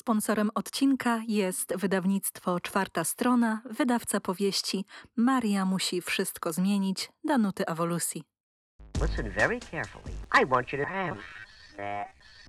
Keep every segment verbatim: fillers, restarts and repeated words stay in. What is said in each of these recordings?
Sponsorem odcinka jest wydawnictwo Czwarta Strona, wydawca powieści Maria musi wszystko zmienić Danuty Awolusi. Listen very carefully. I want you to have sex.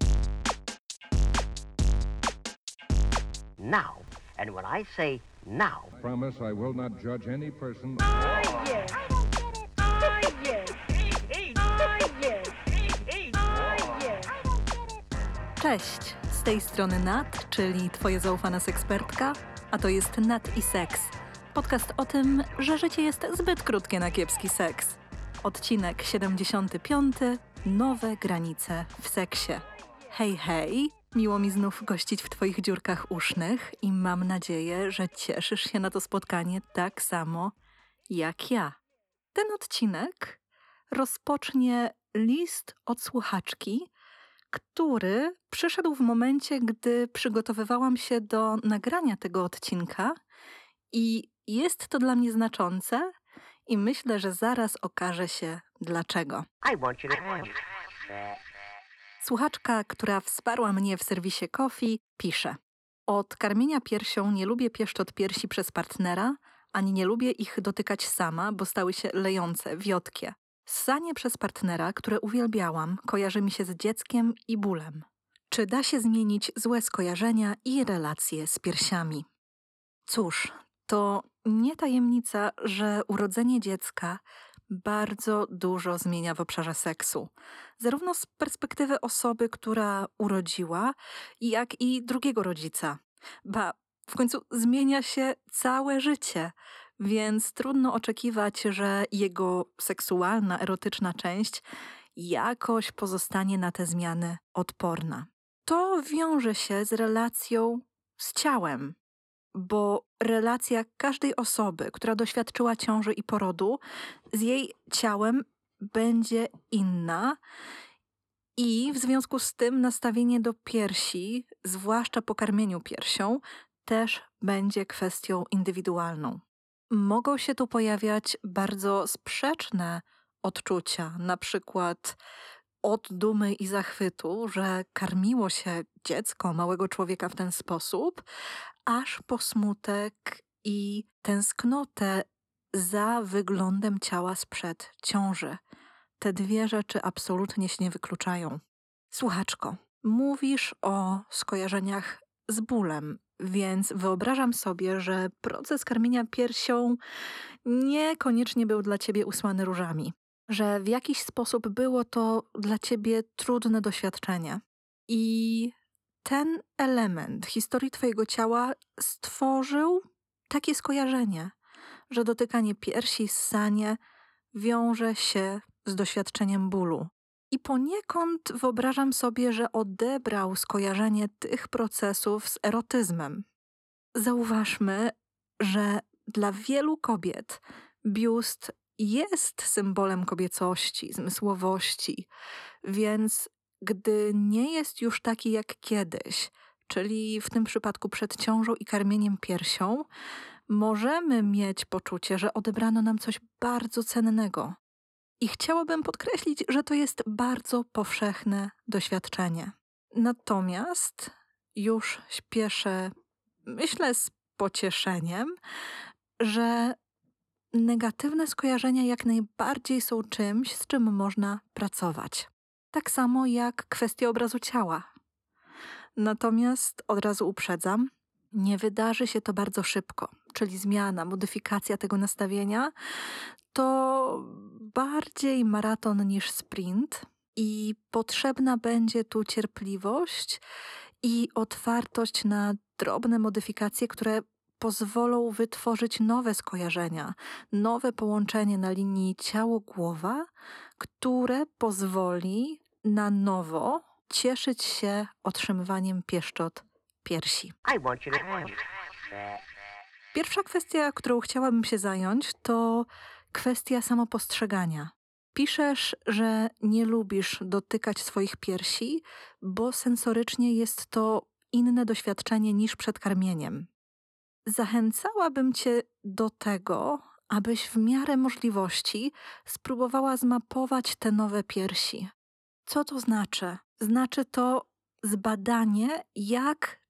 Now. And when I say now... I promise I will not judge any person... Oh, yes. I don't get it. Oh, yes. Oh, yes. Oh, yes. I don't get it. Cześć, z tej strony Nat, czyli twoja zaufana sekspertka, a to jest Nat i Seks. Podcast o tym, że życie jest zbyt krótkie na kiepski seks. Odcinek siedemdziesiąty piąty. Nowe granice w seksie. Hej, hej! Miło mi znów gościć w twoich dziurkach usznych i mam nadzieję, że cieszysz się na to spotkanie tak samo jak ja. Ten odcinek rozpocznie list od słuchaczki, który przyszedł w momencie, gdy przygotowywałam się do nagrania tego odcinka i jest to dla mnie znaczące i myślę, że zaraz okaże się dlaczego. I want you to have sex. Słuchaczka, która wsparła mnie w serwisie Ko-fi, pisze: Od karmienia piersią nie lubię pieszczot piersi przez partnera, ani nie lubię ich dotykać sama, bo stały się lejące, wiotkie. Ssanie przez partnera, które uwielbiałam, kojarzy mi się z dzieckiem i bólem. Czy da się zmienić złe skojarzenia i relacje z piersiami? Cóż, to nie tajemnica, że urodzenie dziecka bardzo dużo zmienia w obszarze seksu. Zarówno z perspektywy osoby, która urodziła, jak i drugiego rodzica. Ba, w końcu zmienia się całe życie, więc trudno oczekiwać, że jego seksualna, erotyczna część jakoś pozostanie na te zmiany odporna. To wiąże się z relacją z ciałem, bo relacja każdej osoby, która doświadczyła ciąży i porodu, z jej ciałem będzie inna i w związku z tym nastawienie do piersi, zwłaszcza po karmieniu piersią, też będzie kwestią indywidualną. Mogą się tu pojawiać bardzo sprzeczne odczucia, na przykład od dumy i zachwytu, że karmiło się dziecko, małego człowieka w ten sposób, aż po smutek i tęsknotę za wyglądem ciała sprzed ciąży. Te dwie rzeczy absolutnie się nie wykluczają. Słuchaczko, mówisz o skojarzeniach z bólem, więc wyobrażam sobie, że proces karmienia piersią niekoniecznie był dla ciebie usłany różami. Że w jakiś sposób było to dla ciebie trudne doświadczenie. I ten element historii twojego ciała stworzył takie skojarzenie, że dotykanie piersi, ssanie wiąże się z doświadczeniem bólu. I poniekąd wyobrażam sobie, że odebrał skojarzenie tych procesów z erotyzmem. Zauważmy, że dla wielu kobiet biust jest symbolem kobiecości, zmysłowości, więc gdy nie jest już taki jak kiedyś, czyli w tym przypadku przed ciążą i karmieniem piersią, możemy mieć poczucie, że odebrano nam coś bardzo cennego. I chciałabym podkreślić, że to jest bardzo powszechne doświadczenie. Natomiast już śpieszę, myślę z pocieszeniem, że negatywne skojarzenia jak najbardziej są czymś, z czym można pracować. Tak samo jak kwestia obrazu ciała. Natomiast od razu uprzedzam, nie wydarzy się to bardzo szybko, czyli zmiana, modyfikacja tego nastawienia to bardziej maraton niż sprint i potrzebna będzie tu cierpliwość i otwartość na drobne modyfikacje, które pozwolą wytworzyć nowe skojarzenia, nowe połączenie na linii ciało-głowa, które pozwoli na nowo cieszyć się otrzymywaniem pieszczot piersi. I want you to have sex. Pierwsza kwestia, którą chciałabym się zająć, to kwestia samopostrzegania. Piszesz, że nie lubisz dotykać swoich piersi, bo sensorycznie jest to inne doświadczenie niż przed karmieniem. Zachęcałabym cię do tego, abyś w miarę możliwości spróbowała zmapować te nowe piersi. Co to znaczy? Znaczy to zbadanie, jak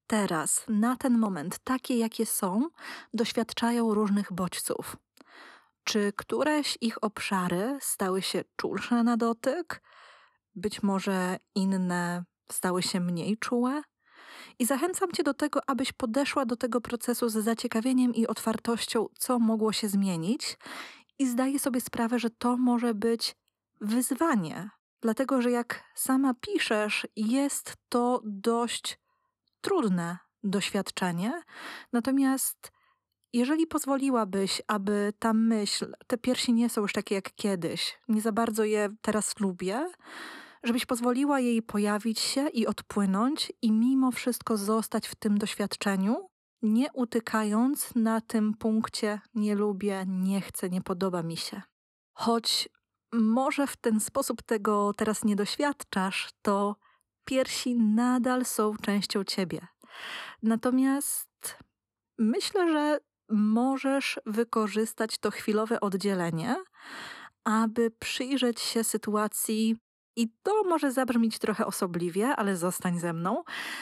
teraz, na ten moment, takie jakie są, doświadczają różnych bodźców. Czy któreś ich obszary stały się czulsze na dotyk? Być może inne stały się mniej czułe? I zachęcam cię do tego, abyś podeszła do tego procesu z zaciekawieniem i otwartością, co mogło się zmienić. I zdaję sobie sprawę, że to może być wyzwanie. Dlatego, że jak sama piszesz, jest to dość trudne doświadczenie. Natomiast jeżeli pozwoliłabyś, aby ta myśl, te piersi nie są już takie jak kiedyś, nie za bardzo je teraz lubię, żebyś pozwoliła jej pojawić się i odpłynąć i mimo wszystko zostać w tym doświadczeniu, nie utykając na tym punkcie nie lubię, nie chcę, nie podoba mi się. Choć może w ten sposób tego teraz nie doświadczasz, to piersi nadal są częścią ciebie. Natomiast myślę, że możesz wykorzystać to chwilowe oddzielenie, aby przyjrzeć się sytuacji, i to może zabrzmieć trochę osobliwie, ale zostań ze mną,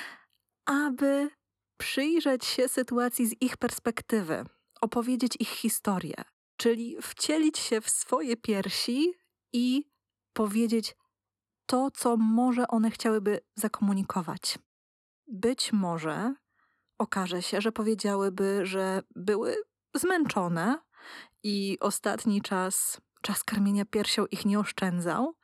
aby przyjrzeć się sytuacji z ich perspektywy, opowiedzieć ich historię, czyli wcielić się w swoje piersi i powiedzieć to, co może one chciałyby zakomunikować. Być może okaże się, że powiedziałyby, że były zmęczone i ostatni czas, czas karmienia piersią ich nie oszczędzał,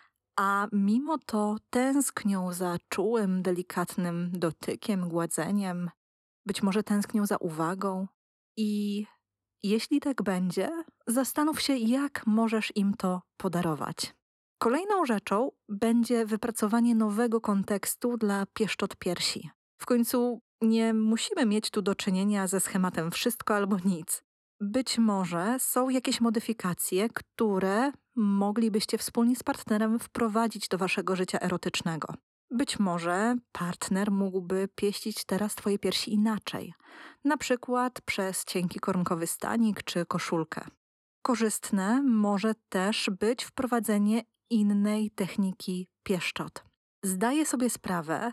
a mimo to tęsknią za czułym, delikatnym dotykiem, gładzeniem, być może tęsknią za uwagą. I jeśli tak będzie, zastanów się, jak możesz im to podarować. Kolejną rzeczą będzie wypracowanie nowego kontekstu dla pieszczot piersi. W końcu nie musimy mieć tu do czynienia ze schematem wszystko albo nic. Być może są jakieś modyfikacje, które moglibyście wspólnie z partnerem wprowadzić do waszego życia erotycznego. Być może partner mógłby pieścić teraz twoje piersi inaczej, na przykład przez cienki koronkowy stanik czy koszulkę. Korzystne może też być wprowadzenie innej techniki pieszczot. Zdaję sobie sprawę,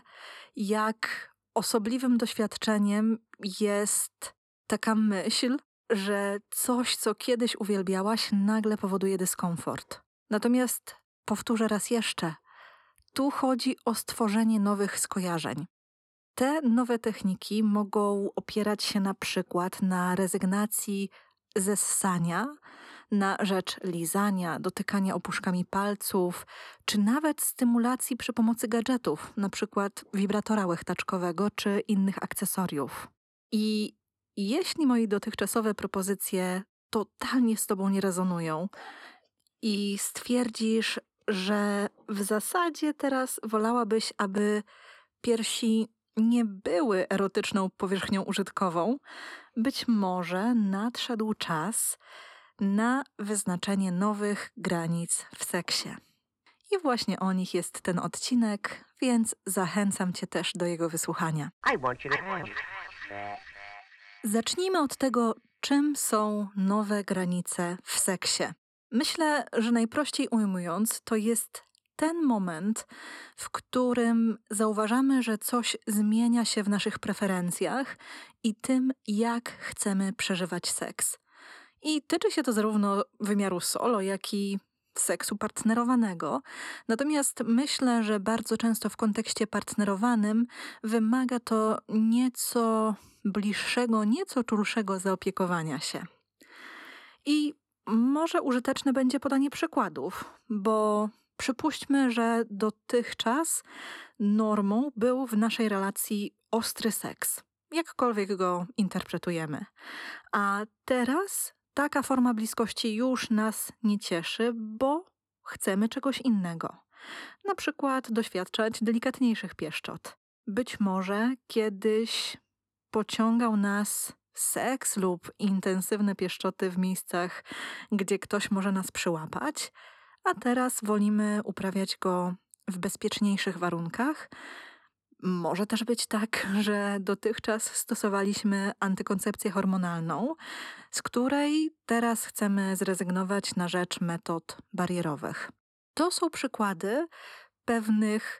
jak osobliwym doświadczeniem jest taka myśl, że coś, co kiedyś uwielbiałaś, nagle powoduje dyskomfort. Natomiast powtórzę raz jeszcze, tu chodzi o stworzenie nowych skojarzeń. Te nowe techniki mogą opierać się na przykład na rezygnacji ze ssania na rzecz lizania, dotykania opuszkami palców, czy nawet stymulacji przy pomocy gadżetów, na przykład wibratora łechtaczkowego czy innych akcesoriów. I jeśli moje dotychczasowe propozycje totalnie z tobą nie rezonują i stwierdzisz, że w zasadzie teraz wolałabyś, aby piersi nie były erotyczną powierzchnią użytkową, być może nadszedł czas na wyznaczenie nowych granic w seksie. I właśnie o nich jest ten odcinek, więc zachęcam cię też do jego wysłuchania. I want you to have that. Zacznijmy od tego, czym są nowe granice w seksie. Myślę, że najprościej ujmując, to jest ten moment, w którym zauważamy, że coś zmienia się w naszych preferencjach i tym, jak chcemy przeżywać seks. I tyczy się to zarówno wymiaru solo, jak i seksu partnerowanego. Natomiast myślę, że bardzo często w kontekście partnerowanym wymaga to nieco bliższego, nieco czulszego zaopiekowania się. I może użyteczne będzie podanie przykładów, bo przypuśćmy, że dotychczas normą był w naszej relacji ostry seks, jakkolwiek go interpretujemy. A teraz taka forma bliskości już nas nie cieszy, bo chcemy czegoś innego. Na przykład doświadczać delikatniejszych pieszczot. Być może kiedyś pociągał nas seks lub intensywne pieszczoty w miejscach, gdzie ktoś może nas przyłapać, a teraz wolimy uprawiać go w bezpieczniejszych warunkach. Może też być tak, że dotychczas stosowaliśmy antykoncepcję hormonalną, z której teraz chcemy zrezygnować na rzecz metod barierowych. To są przykłady pewnych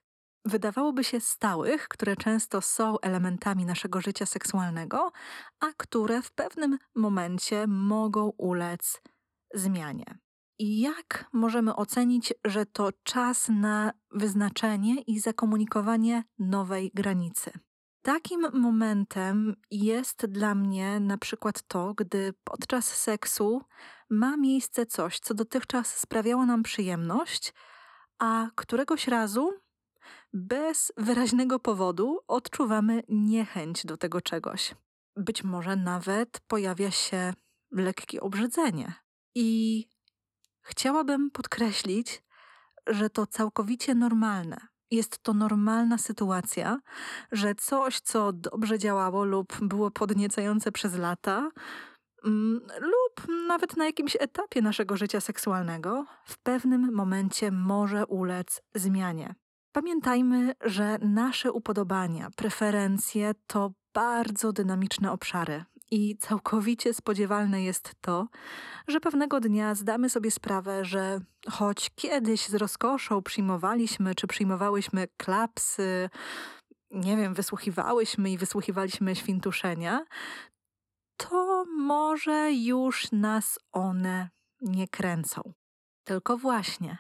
wydawałoby się stałych, które często są elementami naszego życia seksualnego, a które w pewnym momencie mogą ulec zmianie. I jak możemy ocenić, że to czas na wyznaczenie i zakomunikowanie nowej granicy? Takim momentem jest dla mnie na przykład to, gdy podczas seksu ma miejsce coś, co dotychczas sprawiało nam przyjemność, a któregoś razu bez wyraźnego powodu odczuwamy niechęć do tego czegoś. Być może nawet pojawia się lekkie obrzydzenie. I chciałabym podkreślić, że to całkowicie normalne. Jest to normalna sytuacja, że coś, co dobrze działało lub było podniecające przez lata, mm, lub nawet na jakimś etapie naszego życia seksualnego, w pewnym momencie może ulec zmianie. Pamiętajmy, że nasze upodobania, preferencje to bardzo dynamiczne obszary i całkowicie spodziewalne jest to, że pewnego dnia zdamy sobie sprawę, że choć kiedyś z rozkoszą przyjmowaliśmy czy przyjmowałyśmy klapsy, nie wiem, wysłuchiwałyśmy i wysłuchiwaliśmy świntuszenia, to może już nas one nie kręcą. Tylko właśnie,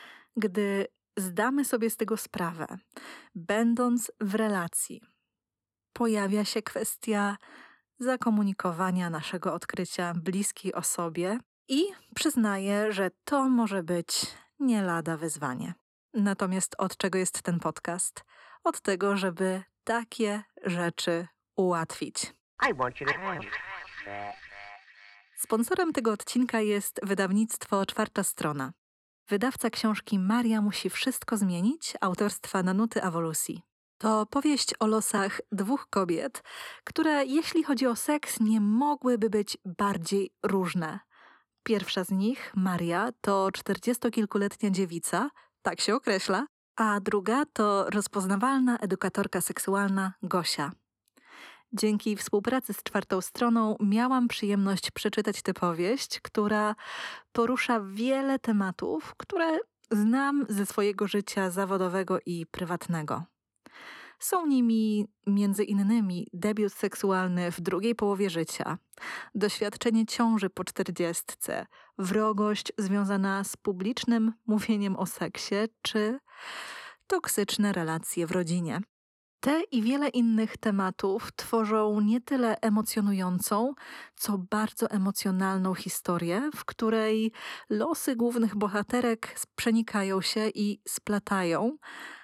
gdy zdamy sobie z tego sprawę, będąc w relacji, pojawia się kwestia zakomunikowania naszego odkrycia bliskiej osobie i przyznaję, że to może być nie lada wyzwanie. Natomiast od czego jest ten podcast? Od tego, żeby takie rzeczy ułatwić. I want you to have that. Sponsorem tego odcinka jest wydawnictwo Czwarta Strona. Wydawca książki Maria musi wszystko zmienić autorstwa Nanuty Awolusi. To powieść o losach dwóch kobiet, które jeśli chodzi o seks nie mogłyby być bardziej różne. Pierwsza z nich, Maria, to czterdziestokilkuletnia dziewica, tak się określa, a druga to rozpoznawalna edukatorka seksualna Gosia. Dzięki współpracy z Czwartą Stroną miałam przyjemność przeczytać tę powieść, która porusza wiele tematów, które znam ze swojego życia zawodowego i prywatnego. Są nimi między innymi debiut seksualny w drugiej połowie życia, doświadczenie ciąży po czterdziestce, wrogość związana z publicznym mówieniem o seksie czy toksyczne relacje w rodzinie. Te i wiele innych tematów tworzą nie tyle emocjonującą, co bardzo emocjonalną historię, w której losy głównych bohaterek przenikają się i splatają,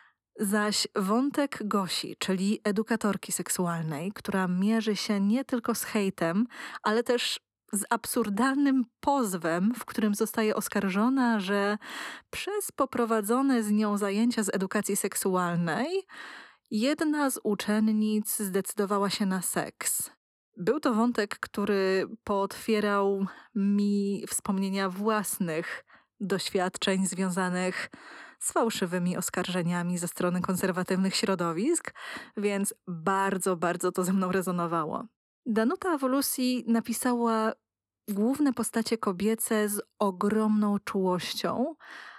zaś wątek Gosi, czyli edukatorki seksualnej, która mierzy się nie tylko z hejtem, ale też z absurdalnym pozwem, w którym zostaje oskarżona, że przez poprowadzone z nią zajęcia z edukacji seksualnej jedna z uczennic zdecydowała się na seks. Był to wątek, który pootwierał mi wspomnienia własnych doświadczeń związanych z fałszywymi oskarżeniami ze strony konserwatywnych środowisk, więc bardzo, bardzo to ze mną rezonowało. Danuta Awolusi napisała główne postacie kobiece z ogromną czułością,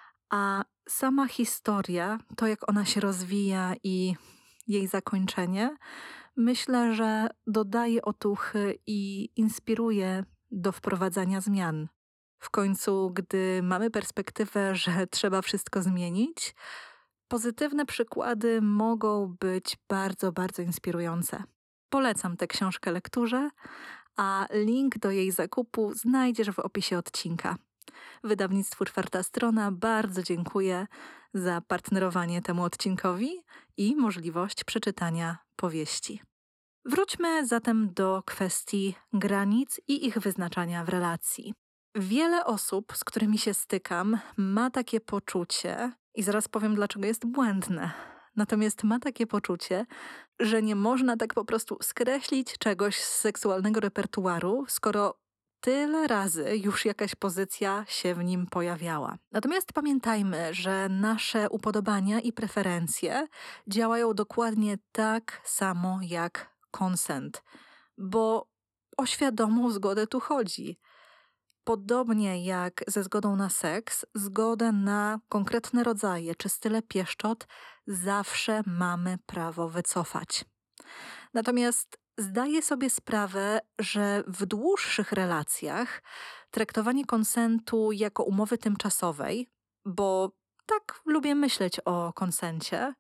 a sama historia, to jak ona się rozwija i jej zakończenie, myślę, że dodaje otuchy i inspiruje do wprowadzania zmian. W końcu, gdy mamy perspektywę, że trzeba wszystko zmienić, pozytywne przykłady mogą być bardzo, bardzo inspirujące. Polecam tę książkę lekturze, a link do jej zakupu znajdziesz w opisie odcinka. Wydawnictwu Czwarta Strona bardzo dziękuję za partnerowanie temu odcinkowi i możliwość przeczytania powieści. Wróćmy zatem do kwestii granic i ich wyznaczania w relacji. Wiele osób, z którymi się stykam, ma takie poczucie, i zaraz powiem, dlaczego jest błędne, natomiast ma takie poczucie, że nie można tak po prostu skreślić czegoś z seksualnego repertuaru, skoro tyle razy już jakaś pozycja się w nim pojawiała. Natomiast pamiętajmy, że nasze upodobania i preferencje działają dokładnie tak samo jak consent, bo o świadomą zgodę tu chodzi. podobnie jak ze zgodą na seks, zgodę na konkretne rodzaje czy style pieszczot zawsze mamy prawo wycofać. Natomiast zdaję sobie sprawę, że w dłuższych relacjach traktowanie konsentu jako umowy tymczasowej, bo tak lubię myśleć o konsencie,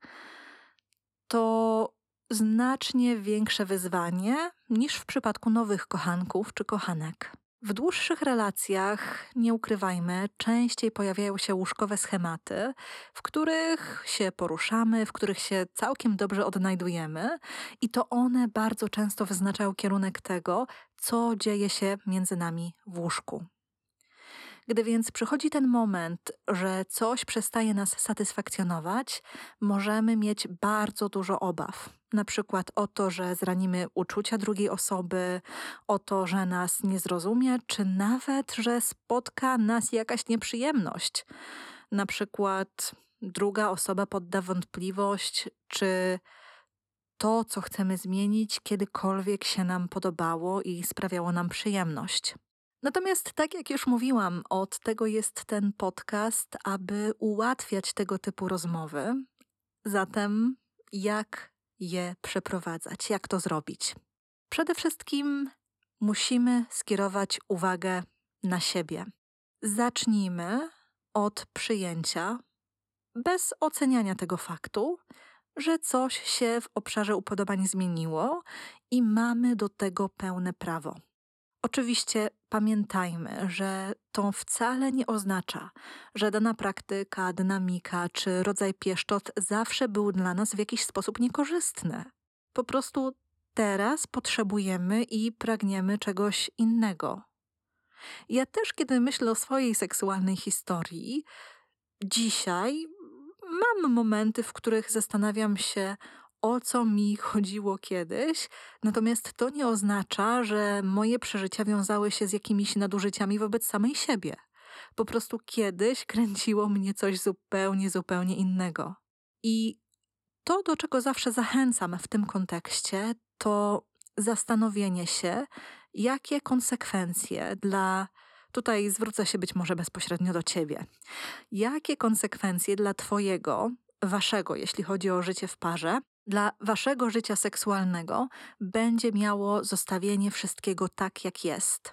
to znacznie większe wyzwanie niż w przypadku nowych kochanków czy kochanek. W dłuższych relacjach, nie ukrywajmy, częściej pojawiają się łóżkowe schematy, w których się poruszamy, w których się całkiem dobrze odnajdujemy i to one bardzo często wyznaczają kierunek tego, co dzieje się między nami w łóżku. Gdy więc przychodzi ten moment, że coś przestaje nas satysfakcjonować, możemy mieć bardzo dużo obaw. Na przykład o to, że zranimy uczucia drugiej osoby, o to, że nas nie zrozumie, czy nawet, że spotka nas jakaś nieprzyjemność. Na przykład druga osoba podda wątpliwość, czy to, co chcemy zmienić, kiedykolwiek się nam podobało i sprawiało nam przyjemność. Natomiast tak jak już mówiłam, od tego jest ten podcast, aby ułatwiać tego typu rozmowy. Zatem jak je przeprowadzać? Jak to zrobić? Przede wszystkim musimy skierować uwagę na siebie. Zacznijmy od przyjęcia, bez oceniania tego faktu, że coś się w obszarze upodobań zmieniło i mamy do tego pełne prawo. Oczywiście pamiętajmy, że to wcale nie oznacza, że dana praktyka, dynamika czy rodzaj pieszczot zawsze był dla nas w jakiś sposób niekorzystny. Po prostu teraz potrzebujemy i pragniemy czegoś innego. Ja też, kiedy myślę o swojej seksualnej historii, dzisiaj mam momenty, w których zastanawiam się, o co mi chodziło kiedyś, natomiast to nie oznacza, że moje przeżycia wiązały się z jakimiś nadużyciami wobec samej siebie. Po prostu kiedyś kręciło mnie coś zupełnie, zupełnie innego. I to, do czego zawsze zachęcam w tym kontekście, to zastanowienie się, jakie konsekwencje dla... Tutaj zwrócę się być może bezpośrednio do ciebie. Jakie konsekwencje dla twojego, waszego, jeśli chodzi o życie w parze, dla waszego życia seksualnego będzie miało zostawienie wszystkiego tak, jak jest.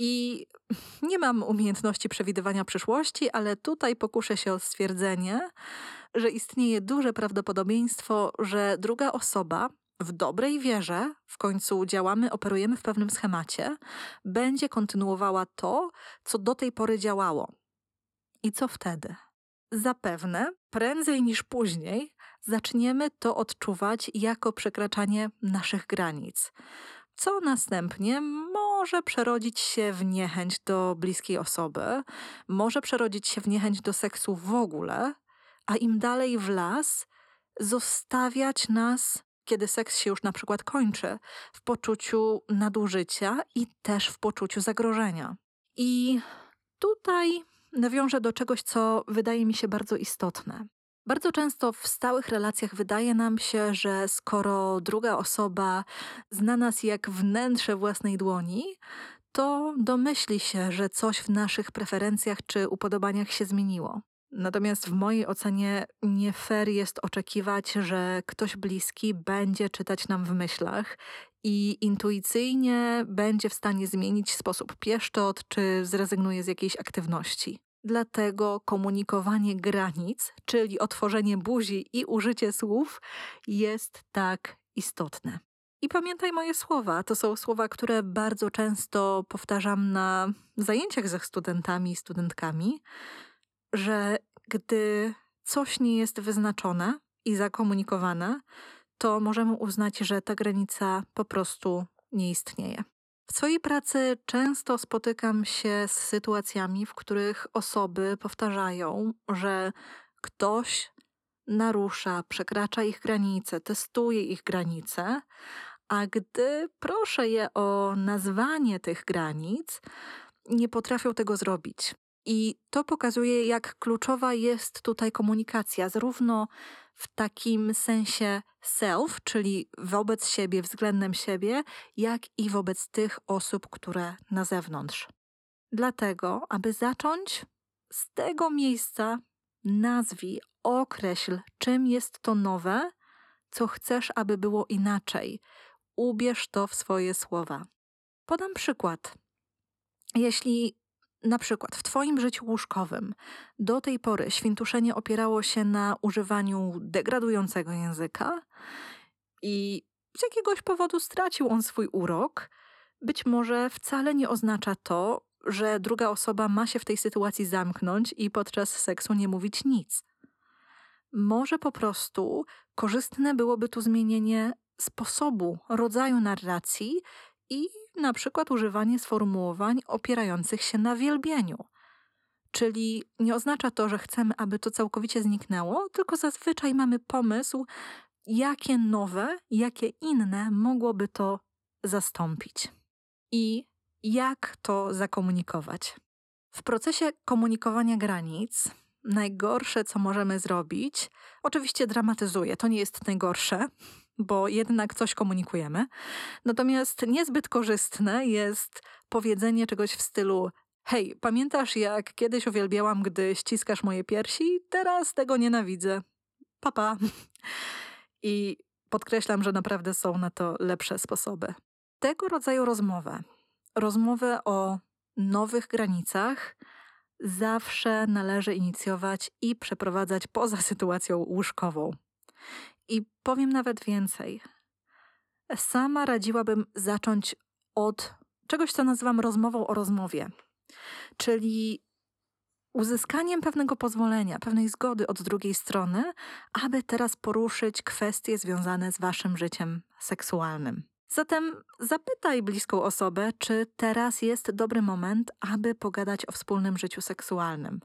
I nie mam umiejętności przewidywania przyszłości, ale tutaj pokuszę się o stwierdzenie, że istnieje duże prawdopodobieństwo, że druga osoba w dobrej wierze, w końcu działamy, operujemy w pewnym schemacie, będzie kontynuowała to, co do tej pory działało. I co wtedy? Zapewne prędzej niż później zaczniemy to odczuwać jako przekraczanie naszych granic, co następnie może przerodzić się w niechęć do bliskiej osoby, może przerodzić się w niechęć do seksu w ogóle, a im dalej w las, zostawiać nas, kiedy seks się już na przykład kończy, w poczuciu nadużycia i też w poczuciu zagrożenia. I tutaj nawiążę do czegoś, co wydaje mi się bardzo istotne. Bardzo często w stałych relacjach wydaje nam się, że skoro druga osoba zna nas jak wnętrze własnej dłoni, to domyśli się, że coś w naszych preferencjach czy upodobaniach się zmieniło. Natomiast w mojej ocenie nie fair jest oczekiwać, że ktoś bliski będzie czytać nam w myślach i intuicyjnie będzie w stanie zmienić sposób pieszczot czy zrezygnuje z jakiejś aktywności. Dlatego komunikowanie granic, czyli otworzenie buzi i użycie słów, jest tak istotne. I pamiętaj moje słowa. To są słowa, które bardzo często powtarzam na zajęciach ze studentami i studentkami, że gdy coś nie jest wyznaczone i zakomunikowane, to możemy uznać, że ta granica po prostu nie istnieje. W swojej pracy często spotykam się z sytuacjami, w których osoby powtarzają, że ktoś narusza, przekracza ich granice, testuje ich granice, a gdy proszę je o nazwanie tych granic, nie potrafią tego zrobić. I to pokazuje, jak kluczowa jest tutaj komunikacja, zarówno w takim sensie self, czyli wobec siebie, względem siebie, jak i wobec tych osób, które na zewnątrz. Dlatego, aby zacząć z tego miejsca, nazwij, określ, czym jest to nowe, co chcesz, aby było inaczej. Ubierz to w swoje słowa. Podam przykład. Jeśli na przykład w twoim życiu łóżkowym do tej pory świntuszenie opierało się na używaniu degradującego języka i z jakiegoś powodu stracił on swój urok, być może wcale nie oznacza to, że druga osoba ma się w tej sytuacji zamknąć i podczas seksu nie mówić nic. Może po prostu korzystne byłoby tu zmienienie sposobu, rodzaju narracji i na przykład używanie sformułowań opierających się na wielbieniu. Czyli nie oznacza to, że chcemy, aby to całkowicie zniknęło, tylko zazwyczaj mamy pomysł, jakie nowe, jakie inne mogłoby to zastąpić. I jak to zakomunikować? W procesie komunikowania granic najgorsze, co możemy zrobić, oczywiście dramatyzuję, to nie jest najgorsze, bo jednak coś komunikujemy. Natomiast niezbyt korzystne jest powiedzenie czegoś w stylu: hej, pamiętasz jak kiedyś uwielbiałam, gdy ściskasz moje piersi? Teraz tego nienawidzę. Pa, pa. I podkreślam, że naprawdę są na to lepsze sposoby. Tego rodzaju rozmowę, rozmowę o nowych granicach zawsze należy inicjować i przeprowadzać poza sytuacją łóżkową. I powiem nawet więcej. Sama radziłabym zacząć od czegoś, co nazywam rozmową o rozmowie. Czyli uzyskaniem pewnego pozwolenia, pewnej zgody od drugiej strony, aby teraz poruszyć kwestie związane z waszym życiem seksualnym. Zatem zapytaj bliską osobę, czy teraz jest dobry moment, aby pogadać o wspólnym życiu seksualnym.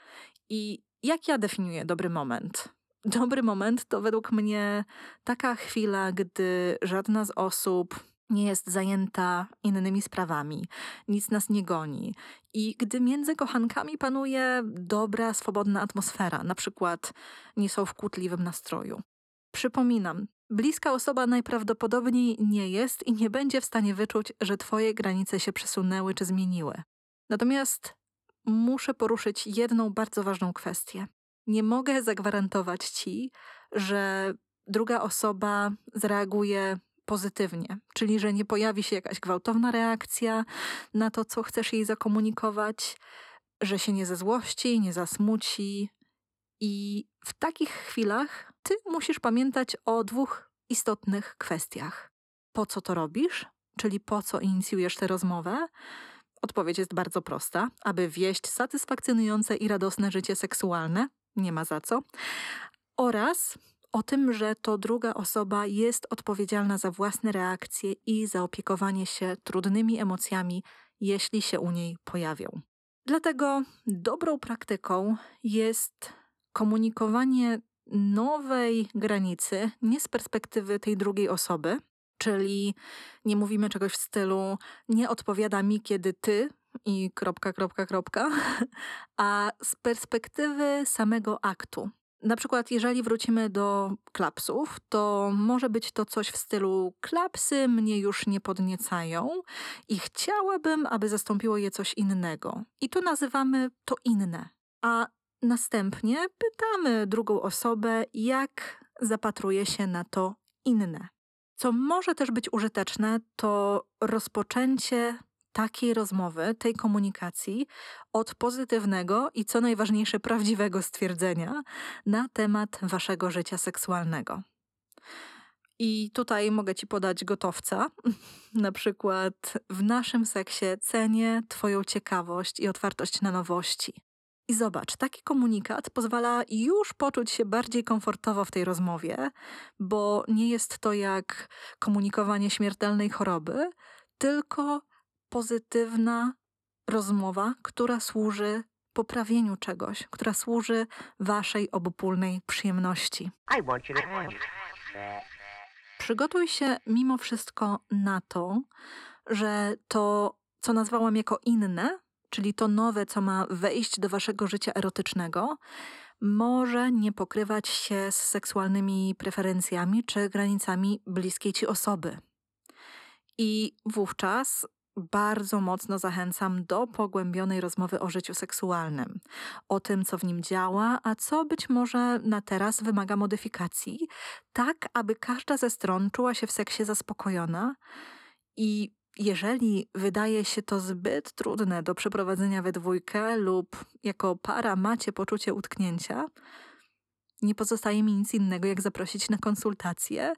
I jak ja definiuję dobry moment? Dobry moment to według mnie taka chwila, gdy żadna z osób nie jest zajęta innymi sprawami, nic nas nie goni i gdy między kochankami panuje dobra, swobodna atmosfera, na przykład nie są w kłótliwym nastroju. Przypominam, bliska osoba najprawdopodobniej nie jest i nie będzie w stanie wyczuć, że twoje granice się przesunęły czy zmieniły. Natomiast muszę poruszyć jedną bardzo ważną kwestię. Nie mogę zagwarantować ci, że druga osoba zareaguje pozytywnie, czyli że nie pojawi się jakaś gwałtowna reakcja na to, co chcesz jej zakomunikować, że się nie zezłości, nie zasmuci. I w takich chwilach ty musisz pamiętać o dwóch istotnych kwestiach. Po co to robisz? Czyli po co inicjujesz tę rozmowę? Odpowiedź jest bardzo prosta. Aby wieść satysfakcjonujące i radosne życie seksualne, nie ma za co. Oraz o tym, że to druga osoba jest odpowiedzialna za własne reakcje i zaopiekowanie się trudnymi emocjami, jeśli się u niej pojawią. Dlatego dobrą praktyką jest komunikowanie nowej granicy nie z perspektywy tej drugiej osoby, czyli nie mówimy czegoś w stylu nie odpowiada mi, kiedy ty i kropka, kropka, kropka, a z perspektywy samego aktu. Na przykład jeżeli wrócimy do klapsów, to może być to coś w stylu klapsy mnie już nie podniecają i chciałabym, aby zastąpiło je coś innego. I tu nazywamy to inne. A następnie pytamy drugą osobę, jak zapatruje się na to inne. Co może też być użyteczne, to rozpoczęcie takiej rozmowy, tej komunikacji od pozytywnego i co najważniejsze prawdziwego stwierdzenia na temat waszego życia seksualnego. I tutaj mogę ci podać gotowca. Na przykład w naszym seksie cenię twoją ciekawość i otwartość na nowości. I zobacz, taki komunikat pozwala już poczuć się bardziej komfortowo w tej rozmowie, bo nie jest to jak komunikowanie śmiertelnej choroby, tylko pozytywna rozmowa, która służy poprawieniu czegoś, która służy waszej obopólnej przyjemności. I want you to have that. Przygotuj się mimo wszystko na to, że to, co nazwałam jako inne, czyli to nowe, co ma wejść do waszego życia erotycznego, może nie pokrywać się z seksualnymi preferencjami czy granicami bliskiej ci osoby. I wówczas bardzo mocno zachęcam do pogłębionej rozmowy o życiu seksualnym, o tym, co w nim działa, a co być może na teraz wymaga modyfikacji, tak aby każda ze stron czuła się w seksie zaspokojona. I jeżeli wydaje się to zbyt trudne do przeprowadzenia we dwójkę lub jako para macie poczucie utknięcia, nie pozostaje mi nic innego, jak zaprosić na konsultacje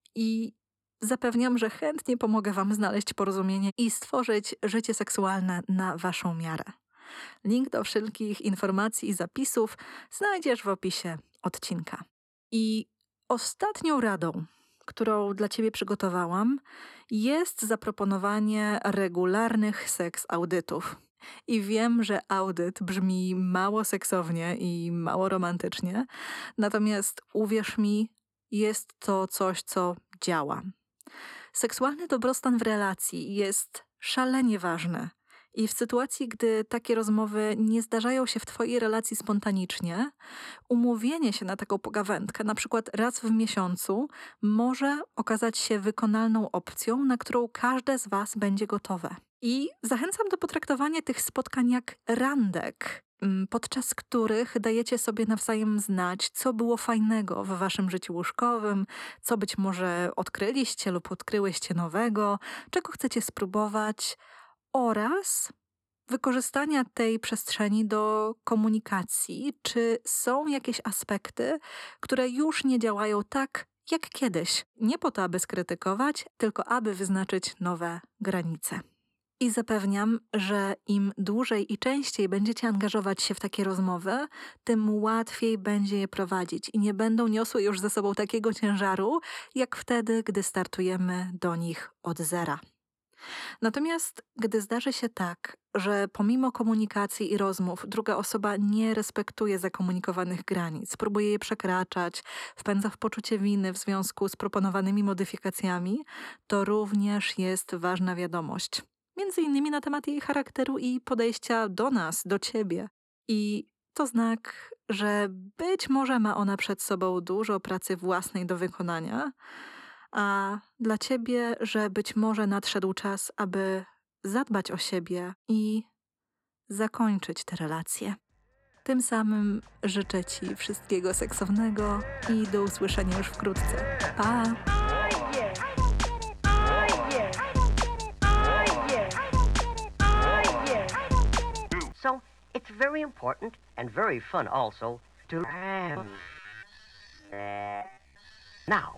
i zapewniam, że chętnie pomogę Wam znaleźć porozumienie i stworzyć życie seksualne na Waszą miarę. Link do wszelkich informacji i zapisów znajdziesz w opisie odcinka. I ostatnią radą, którą dla Ciebie przygotowałam, jest zaproponowanie regularnych seks audytów. I wiem, że audyt brzmi mało seksownie i mało romantycznie, natomiast uwierz mi, jest to coś, co działa. Seksualny dobrostan w relacji jest szalenie ważny i w sytuacji, gdy takie rozmowy nie zdarzają się w Twojej relacji spontanicznie, umówienie się na taką pogawędkę, na przykład raz w miesiącu, może okazać się wykonalną opcją, na którą każde z Was będzie gotowe. I zachęcam do potraktowania tych spotkań jak randek, podczas których dajecie sobie nawzajem znać, co było fajnego w waszym życiu łóżkowym, co być może odkryliście lub odkryłyście nowego, czego chcecie spróbować oraz wykorzystania tej przestrzeni do komunikacji, czy są jakieś aspekty, które już nie działają tak, jak kiedyś. Nie po to, aby skrytykować, tylko aby wyznaczyć nowe granice. I zapewniam, że im dłużej i częściej będziecie angażować się w takie rozmowy, tym łatwiej będzie je prowadzić i nie będą niosły już ze sobą takiego ciężaru, jak wtedy, gdy startujemy do nich od zera. Natomiast gdy zdarzy się tak, że pomimo komunikacji i rozmów druga osoba nie respektuje zakomunikowanych granic, próbuje je przekraczać, wpędza w poczucie winy w związku z proponowanymi modyfikacjami, to również jest ważna wiadomość. Między innymi na temat jej charakteru i podejścia do nas, do ciebie. I to znak, że być może ma ona przed sobą dużo pracy własnej do wykonania, a dla ciebie, że być może nadszedł czas, aby zadbać o siebie i zakończyć tę relację. Tym samym życzę Ci wszystkiego seksownego i do usłyszenia już wkrótce. Pa! Oh yeah. Oh yeah. Oh yeah. Oh yeah. So it's very important and very fun also to. Now.